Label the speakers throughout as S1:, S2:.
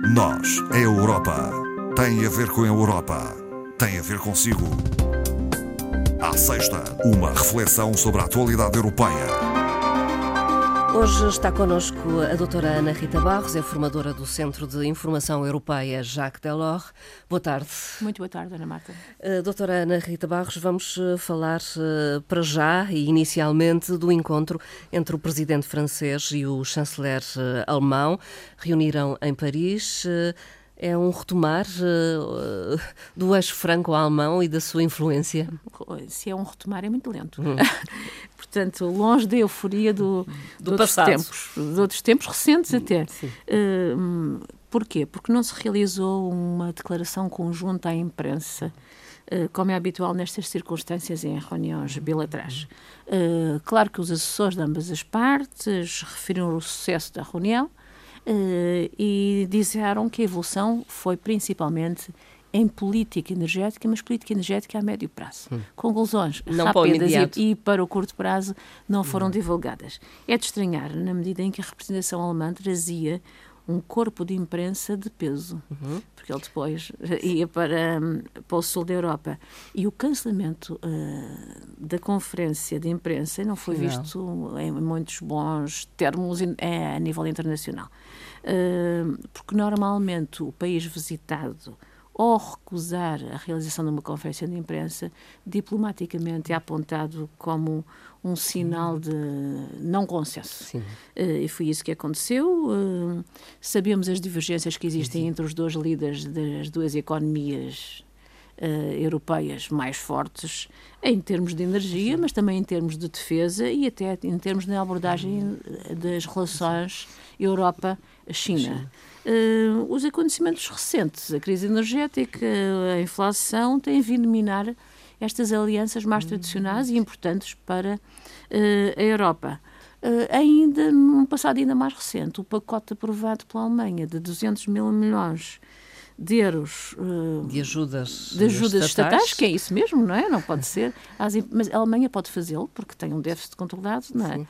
S1: Nós, a Europa, tem a ver com a Europa, tem a ver consigo. À sexta, uma reflexão sobre a atualidade europeia.
S2: Hoje está connosco a doutora Ana Rita Barros, é formadora do Centro de Informação Europeia Jacques Delors. Boa tarde.
S3: Muito boa tarde, Ana Marta.
S2: Doutora Ana Rita Barros, vamos falar para já e inicialmente do encontro entre o presidente francês e o chanceler alemão. Reuniram em Paris. É um retomar do eixo franco-alemão e da sua influência?
S3: Se é um retomar, é muito lento. Portanto, longe da euforia de outros tempos recentes até. Porquê? Porque não se realizou uma declaração conjunta à imprensa, como é habitual nestas circunstâncias em reuniões bilaterais. Claro que os assessores de ambas as partes referiram o sucesso da reunião, e disseram que a evolução foi principalmente em política energética, mas política energética a médio prazo. Conclusões rápidas e para o curto prazo não foram divulgadas. É de estranhar, na medida em que a representação alemã trazia um corpo de imprensa de peso, porque ele depois ia para o sul da Europa. E o cancelamento da conferência de imprensa não foi visto em muitos bons termos a nível internacional. Porque normalmente o país visitado, ao recusar a realização de uma conferência de imprensa, diplomaticamente é apontado como um sinal de não consenso. E foi isso que aconteceu. Sabemos as divergências que existem entre os dois líderes das duas economias europeias mais fortes, em termos de energia, mas também em termos de defesa e até em termos de abordagem das relações Europa-China. Os acontecimentos recentes, a crise energética, a inflação, têm vindo minar estas alianças mais tradicionais e importantes para a Europa. Ainda num passado ainda mais recente, o pacote aprovado pela Alemanha de 200 mil milhões de euros
S2: de ajudas
S3: estatais, que é isso mesmo, não é? Não pode ser. Mas a Alemanha pode fazê-lo, porque tem um déficit controlado, não é?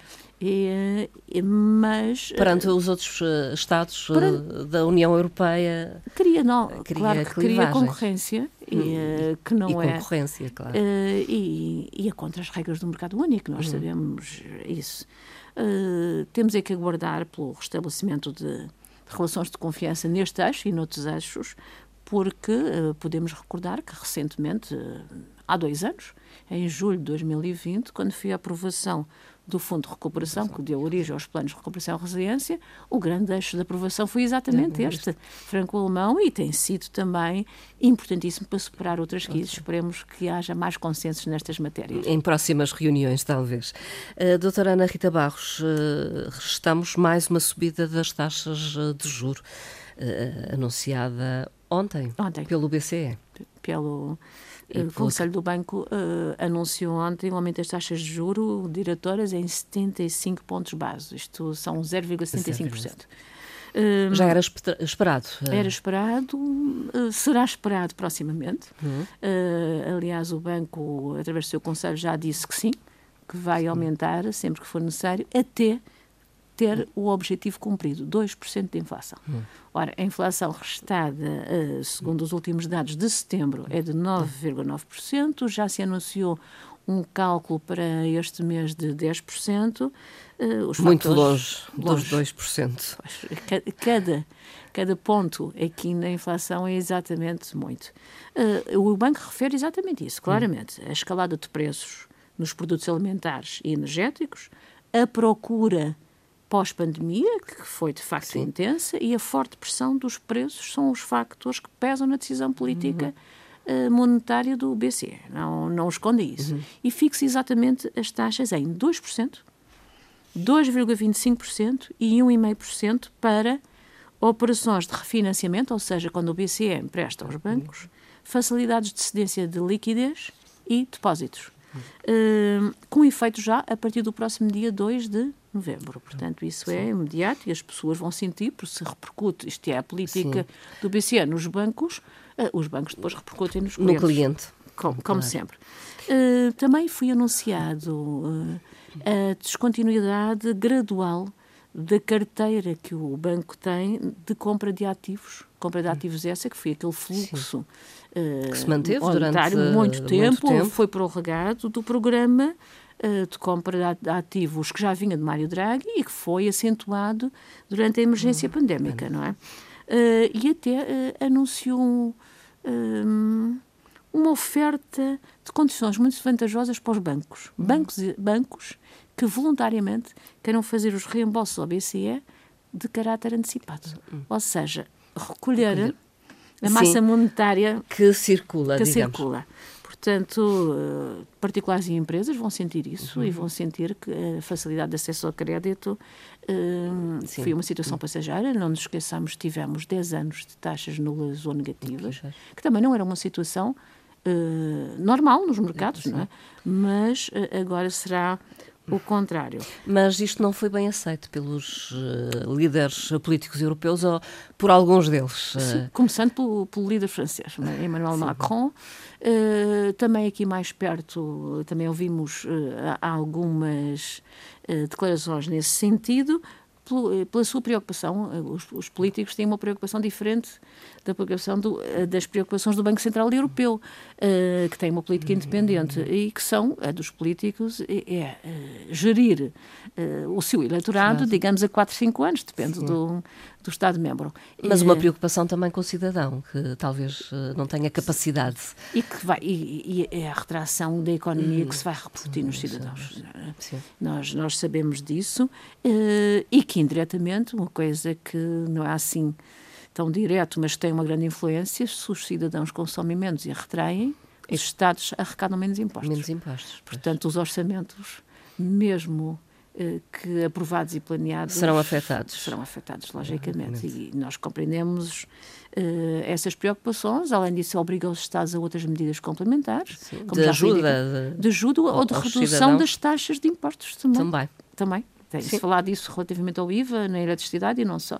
S3: Mas
S2: perante os outros Estados da União Europeia,
S3: queria concorrência que não
S2: é concorrência, claro.
S3: E é contra as regras do mercado único, nós sabemos isso. Temos é que aguardar pelo restabelecimento de relações de confiança neste eixo e noutros eixos, porque podemos recordar que recentemente, há 2 anos, em julho de 2020, quando foi a aprovação do Fundo de Recuperação, que deu origem aos planos de recuperação e resiliência, o grande eixo de aprovação foi exatamente este, franco-alemão, e tem sido também importantíssimo para superar outras crises. Esperemos que haja mais consensos nestas matérias.
S2: Em próximas reuniões, talvez. Doutora Ana Rita Barros, registamos mais uma subida das taxas de juro, anunciada ontem pelo BCE.
S3: O Conselho do Banco anunciou ontem o aumento das taxas de juros diretoras em 75 pontos base. Isto são 0,75%.
S2: Já era esperado?
S3: Era esperado, será esperado proximamente. Aliás, o Banco, através do seu Conselho, já disse que sim, que vai aumentar sempre que for necessário, até ter o objetivo cumprido, 2% de inflação. Ora, a inflação restada, segundo os últimos dados de setembro, é de 9,9%, já se anunciou um cálculo para este mês de 10%.
S2: Muito longe dos 2%.
S3: Cada ponto aqui na inflação é exatamente muito. O banco refere exatamente isso, claramente. A escalada de preços nos produtos alimentares e energéticos, a procura pós-pandemia, que foi de facto intensa, e a forte pressão dos preços são os factores que pesam na decisão política monetária do BCE. Não esconde isso. E fixa exatamente as taxas em 2%, 2,25% e 1,5% para operações de refinanciamento, ou seja, quando o BCE empresta aos bancos, facilidades de cedência de liquidez e depósitos. Com efeito já a partir do próximo dia 2 de novembro. Portanto, isso é imediato e as pessoas vão sentir, porque se repercute, isto é a política do BCE nos bancos, os bancos depois repercutem nos clientes.
S2: No cliente.
S3: Como sempre. Também foi anunciado a descontinuidade gradual da carteira que o banco tem de compra de ativos. Compra de ativos essa que foi aquele fluxo
S2: que se manteve durante
S3: muito tempo, foi prorrogado do programa de compra de ativos que já vinha de Mário Draghi e que foi acentuado durante a emergência pandémica, não é? E até anunciou uma oferta de condições muito vantajosas para os bancos. Bancos que voluntariamente queiram fazer os reembolsos ao BCE de caráter antecipado. Ou seja, recolher a massa monetária
S2: que circula.
S3: Portanto, particulares e empresas vão sentir isso e vão sentir que a facilidade de acesso ao crédito foi uma situação passageira. Não nos esqueçamos, tivemos 10 anos de taxas nulas ou negativas, que também não era uma situação normal nos mercados, não é? Mas agora será o contrário.
S2: Mas isto não foi bem aceito pelos líderes políticos europeus ou por alguns deles?
S3: Sim, começando pelo líder francês, Emmanuel Macron. Também aqui mais perto, também ouvimos algumas declarações nesse sentido, pela sua preocupação. Os políticos têm uma preocupação diferente das preocupações do Banco Central Europeu, que tem uma política independente e que são, a dos políticos, gerir o seu eleitorado, digamos, a 4, 5 anos, depende do Estado-membro.
S2: Mas uma preocupação também com o cidadão, que talvez não tenha capacidade.
S3: E é a retração da economia que se vai repercutir nos cidadãos. Nós sabemos disso e que, indiretamente, uma coisa que não é assim tão direto, mas que tem uma grande influência, se os cidadãos consomem menos e retraem, os Estados arrecadam menos impostos. Portanto, os orçamentos, mesmo que aprovados e planeados,
S2: serão afetados,
S3: logicamente. E nós compreendemos essas preocupações. Além disso, obriga os Estados a outras medidas complementares,
S2: como de ajuda
S3: ou de redução das taxas de impostos também. Tem-se falado disso relativamente ao IVA, na eletricidade e não só.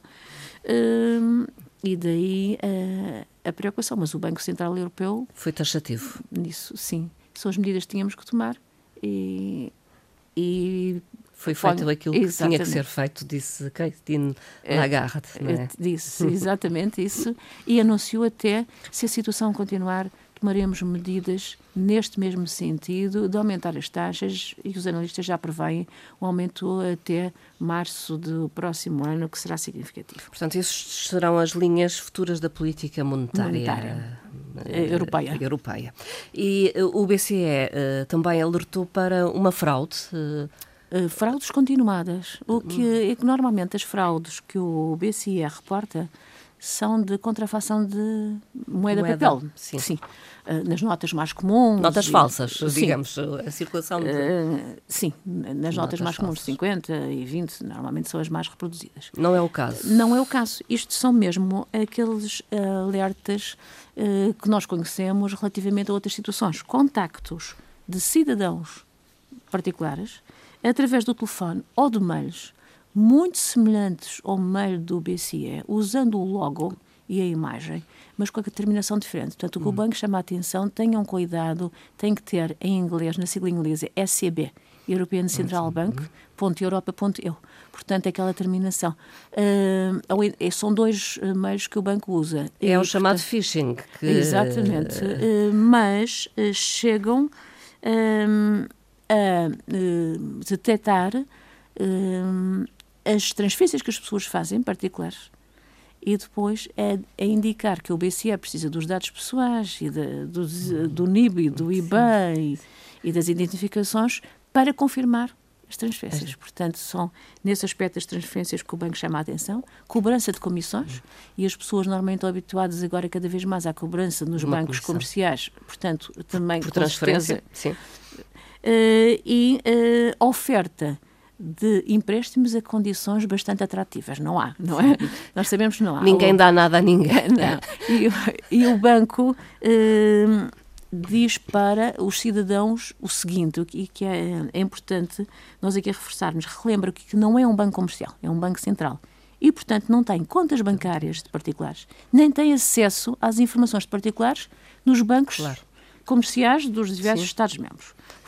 S3: E daí a preocupação. Mas o Banco Central Europeu
S2: foi taxativo
S3: nisso, sim. São as medidas que tínhamos que tomar e
S2: foi feito aquilo que tinha que ser feito, disse Christine Lagarde. Não é?
S3: Disse exatamente isso e anunciou até, se a situação continuar, tomaremos medidas neste mesmo sentido de aumentar as taxas e os analistas já preveem um aumento até março do próximo ano, que será significativo.
S2: Portanto, essas serão as linhas futuras da política monetária europeia. E o BCE também alertou para uma fraude.
S3: Fraudes continuadas. O que é que normalmente as fraudes que o BCE reporta são de contrafação de moeda papel. Sim. Nas notas mais comuns.
S2: Notas falsas, digamos, a circulação de...
S3: Sim, nas notas mais comuns, 50 e 20, normalmente são as mais reproduzidas.
S2: Não é o caso?
S3: Não é o caso. Isto são mesmo aqueles alertas que nós conhecemos relativamente a outras situações. Contactos de cidadãos particulares através do telefone ou de mails muito semelhantes ao mail do BCE, usando o logo e a imagem, mas com a determinação diferente. Portanto, o que o banco chama a atenção, tenham cuidado, tem que ter em inglês, na sigla inglesa, ECB, European Central Bank, .europa.eu. Portanto, é aquela terminação. São 2 meios que o banco usa.
S2: É o chamado phishing.
S3: Exatamente. Mas chegam a detectar as transferências que as pessoas fazem, particulares, e depois a indicar que o BCE precisa dos dados pessoais e do NIB e do IBAN e das identificações para confirmar as transferências. Portanto, são nesse aspecto as transferências que o banco chama a atenção, cobrança de comissões, e as pessoas normalmente estão habituadas agora cada vez mais à cobrança nos bancos comerciais, portanto, também
S2: por transferência. Sim.
S3: E oferta de empréstimos a condições bastante atrativas. Não é? Nós sabemos que não há.
S2: Ninguém dá nada a ninguém.
S3: Não. E o banco diz para os cidadãos o seguinte, e que é importante nós aqui reforçarmos. Relembra que não é um banco comercial, é um banco central. E, portanto, não tem contas bancárias de particulares, nem tem acesso às informações de particulares nos bancos comerciais dos diversos Estados-membros.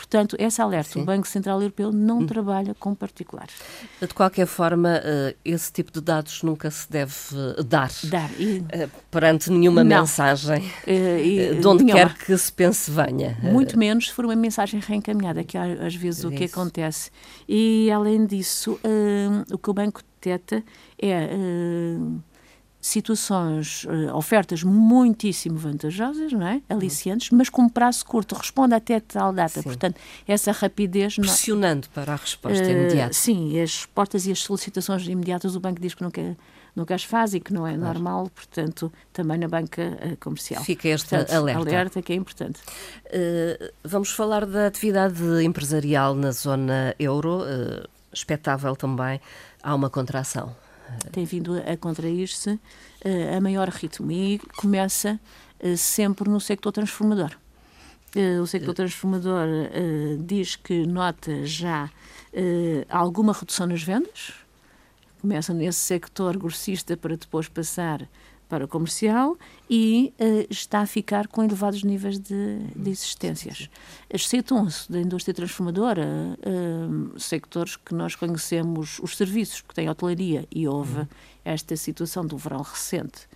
S3: Portanto, essa alerta, sim, o Banco Central Europeu não trabalha com particulares.
S2: De qualquer forma, esse tipo de dados nunca se deve dar perante nenhuma mensagem, de onde quer que se pense venha.
S3: Muito menos se for uma mensagem reencaminhada, que às vezes o que acontece. E, além disso, o que o banco detecta é situações, ofertas muitíssimo vantajosas, não é? Aliciantes, mas com prazo curto, responde até tal data. Sim. Portanto, essa rapidez...
S2: Pressionando para a resposta imediata.
S3: Sim, as respostas e as solicitações imediatas o banco diz que nunca as faz e que não é normal, portanto, também na banca comercial.
S2: Fica esta
S3: alerta que é importante.
S2: Vamos falar da atividade empresarial na zona euro, expectável também, há uma contração.
S3: Tem vindo a contrair-se a maior ritmo e começa sempre no sector transformador. O sector transformador diz que nota já alguma redução nas vendas, começa nesse sector grossista para depois passar para o comercial e está a ficar com elevados níveis de existências. Excetuam-se da indústria transformadora sectores que nós conhecemos, os serviços, porque tem hotelaria e houve esta situação do verão recente.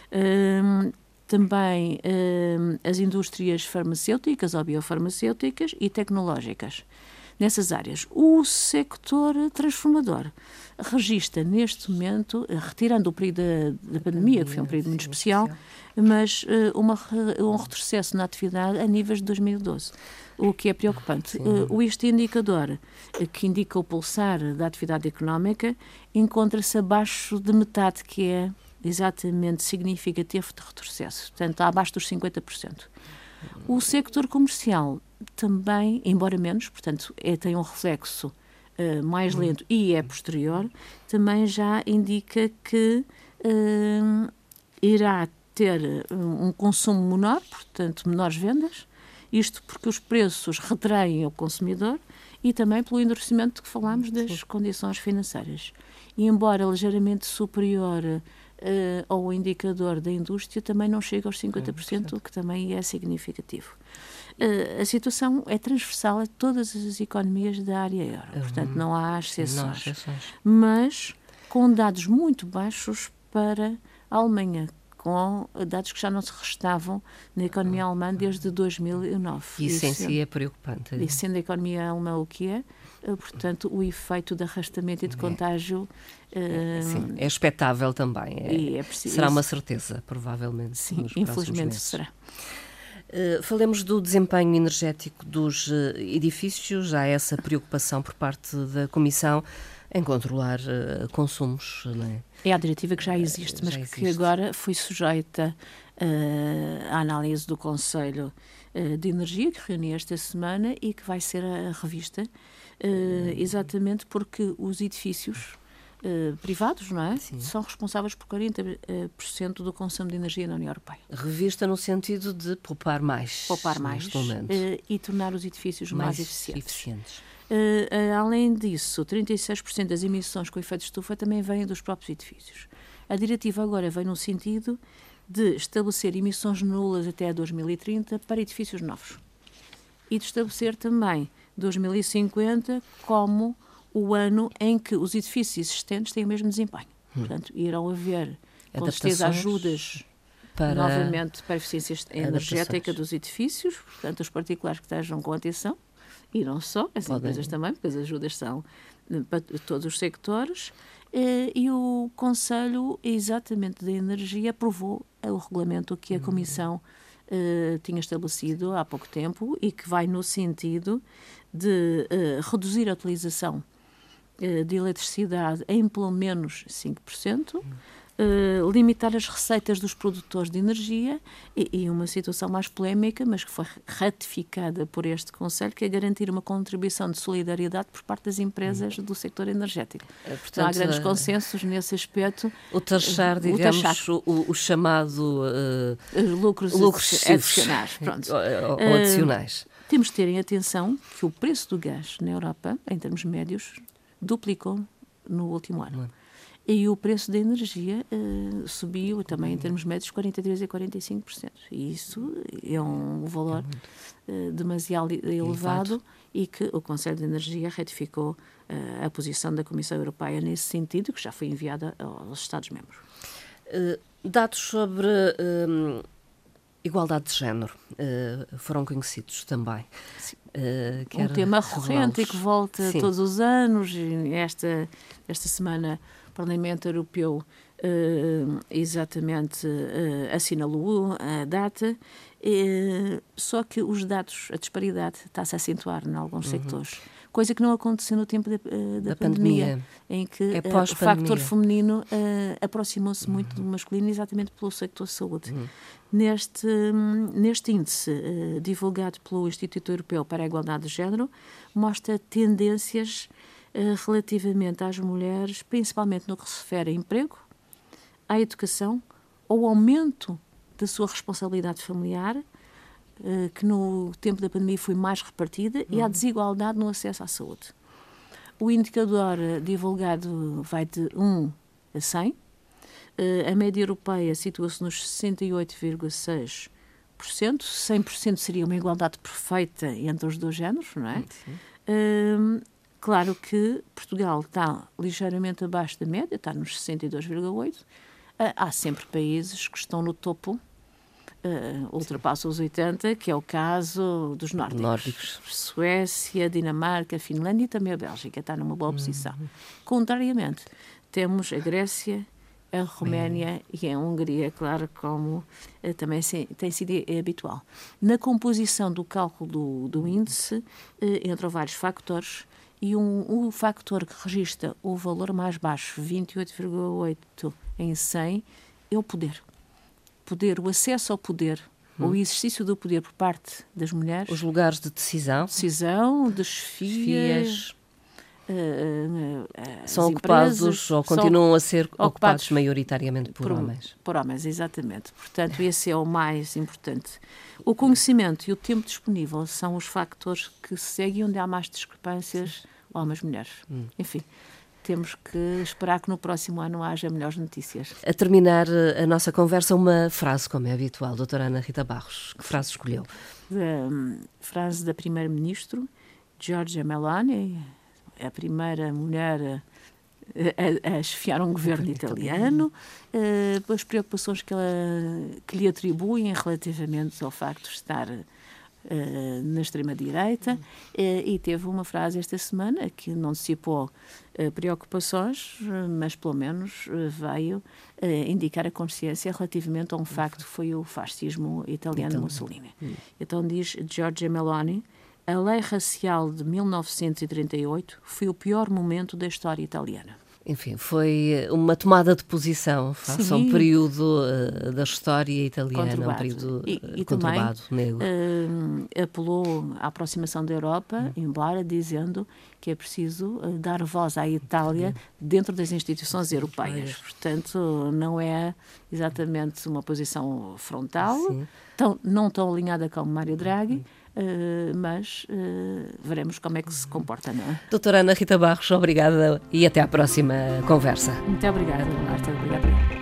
S3: Também as indústrias farmacêuticas ou biofarmacêuticas e tecnológicas. Nessas áreas, o sector transformador registra neste momento, retirando o período da pandemia, que foi um período muito especial, mas um retrocesso na atividade a níveis de 2012, o que é preocupante. Este indicador, que indica o pulsar da atividade económica, encontra-se abaixo de metade, que é exatamente significativo de retrocesso, portanto, abaixo dos 50%. O sector comercial também, embora menos, portanto, tem um reflexo mais lento e é posterior, também já indica que irá ter um consumo menor, portanto, menores vendas, isto porque os preços retraem ao consumidor e também pelo endurecimento que falámos das condições financeiras. E embora ligeiramente superior ao indicador da indústria, também não chega aos 50%, o que também é significativo. A situação é transversal a todas as economias da área euro, portanto não há exceções. Mas com dados muito baixos para a Alemanha, com dados que já não se restavam na economia alemã desde 2009.
S2: Isso em si é preocupante.
S3: E sendo a economia alemã o que é, portanto, o efeito de arrastamento e de contágio...
S2: Sim, é expectável também.
S3: É preciso,
S2: será uma certeza, provavelmente.
S3: Sim, infelizmente será.
S2: Falemos do desempenho energético dos edifícios. Há essa preocupação por parte da Comissão em controlar consumos, não é?
S3: É a diretiva que já existe, mas que agora foi sujeita à análise do Conselho de Energia, que reuniu esta semana e que vai ser revista, exatamente porque os edifícios privados, não é? Sim. São responsáveis por 40% do consumo de energia na União Europeia.
S2: Revista no sentido de poupar mais.
S3: Poupar mais e tornar os edifícios mais eficientes. Além disso, 36% das emissões com efeito de estufa também vêm dos próprios edifícios. A diretiva agora vem no sentido de estabelecer emissões nulas até 2030 para edifícios novos e de estabelecer também 2050 como o ano em que os edifícios existentes têm o mesmo desempenho. Portanto, irão haver, com certeza, ajudas novamente para a eficiência energética dos edifícios, portanto, os particulares que estejam com atenção, e não só, as empresas também, porque as ajudas são para todos os sectores, e o Conselho, exatamente da Energia, aprovou o regulamento que a Comissão tinha estabelecido há pouco tempo e que vai no sentido de reduzir a utilização de eletricidade em pelo menos 5%, limitar as receitas dos produtores de energia e uma situação mais polémica, mas que foi ratificada por este Conselho, que é garantir uma contribuição de solidariedade por parte das empresas do setor energético. Portanto, há grandes consensos nesse aspecto.
S2: O taxar, digamos, o chamado
S3: lucros adicionais.
S2: Ou adicionais.
S3: Temos de ter em atenção que o preço do gás na Europa, em termos médios, duplicou no último ano. e o preço da energia subiu também em termos médios 43% e 45%. E isso é um valor demasiado elevado e que o Conselho de Energia retificou a posição da Comissão Europeia nesse sentido, que já foi enviada aos Estados-membros.
S2: Dados sobre igualdade de género foram conhecidos também.
S3: Um tema recorrente e que volta todos os anos. E esta semana o Parlamento Europeu exatamente assinalou a data, só que os dados, a disparidade está-se a acentuar em alguns sectores, coisa que não aconteceu no tempo da pandemia, em que o factor feminino aproximou-se muito do masculino exatamente pelo sector saúde. Neste índice divulgado pelo Instituto Europeu para a Igualdade de Género, mostra tendências relativamente às mulheres, principalmente no que se refere a emprego, à educação, ao aumento da sua responsabilidade familiar, que no tempo da pandemia foi mais repartida, e à desigualdade no acesso à saúde. O indicador divulgado vai de 1 a 100. A média europeia situa-se nos 68,6%. 100% seria uma igualdade perfeita entre os dois géneros, não é? Claro que Portugal está ligeiramente abaixo da média, está nos 62,8%. Há sempre países que estão no topo, ultrapassam os 80%, que é o caso dos nórdicos. Suécia, Dinamarca, Finlândia e também a Bélgica está numa boa posição. Contrariamente, temos a Grécia, a Roménia e a Hungria, claro, como também tem sido habitual. Na composição do cálculo do índice, entram vários factores, e o factor que registra o valor mais baixo, 28,8 em 100, é o poder. O acesso ao poder, o exercício do poder por parte das mulheres.
S2: Os lugares de decisão,
S3: de chefias.
S2: São ocupados ou continuam a ser ocupados maioritariamente por homens.
S3: Por homens, exatamente. Portanto, esse é o mais importante. O conhecimento e o tempo disponível são os factores que seguem onde há mais discrepâncias, homens-mulheres. Enfim, temos que esperar que no próximo ano haja melhores notícias.
S2: A terminar a nossa conversa, uma frase, como é habitual. Doutora Ana Rita Barros, que frase escolheu?
S3: Frase da Primeira-Ministro, Giorgia Meloni, a primeira mulher a chefiar um governo italiano, as preocupações que lhe atribuem relativamente ao facto de estar na extrema-direita, e teve uma frase esta semana que não dissipou preocupações, mas pelo menos veio indicar a consciência relativamente a um facto que foi o fascismo italiano Mussolini. Então diz Giorgia Meloni: a lei racial de 1938 foi o pior momento da história italiana.
S2: Enfim, foi uma tomada de posição face a um período da história italiana, um período conturbado, negro.
S3: Apelou à aproximação da Europa, embora dizendo que é preciso dar voz à Itália dentro das instituições europeias. Portanto, não é exatamente uma posição frontal, não tão alinhada como Mário Draghi, mas veremos como é que se comporta, não é?
S2: Doutora Ana Rita Barros, obrigada e até à próxima conversa.
S3: Muito obrigada, Marta. Obrigada.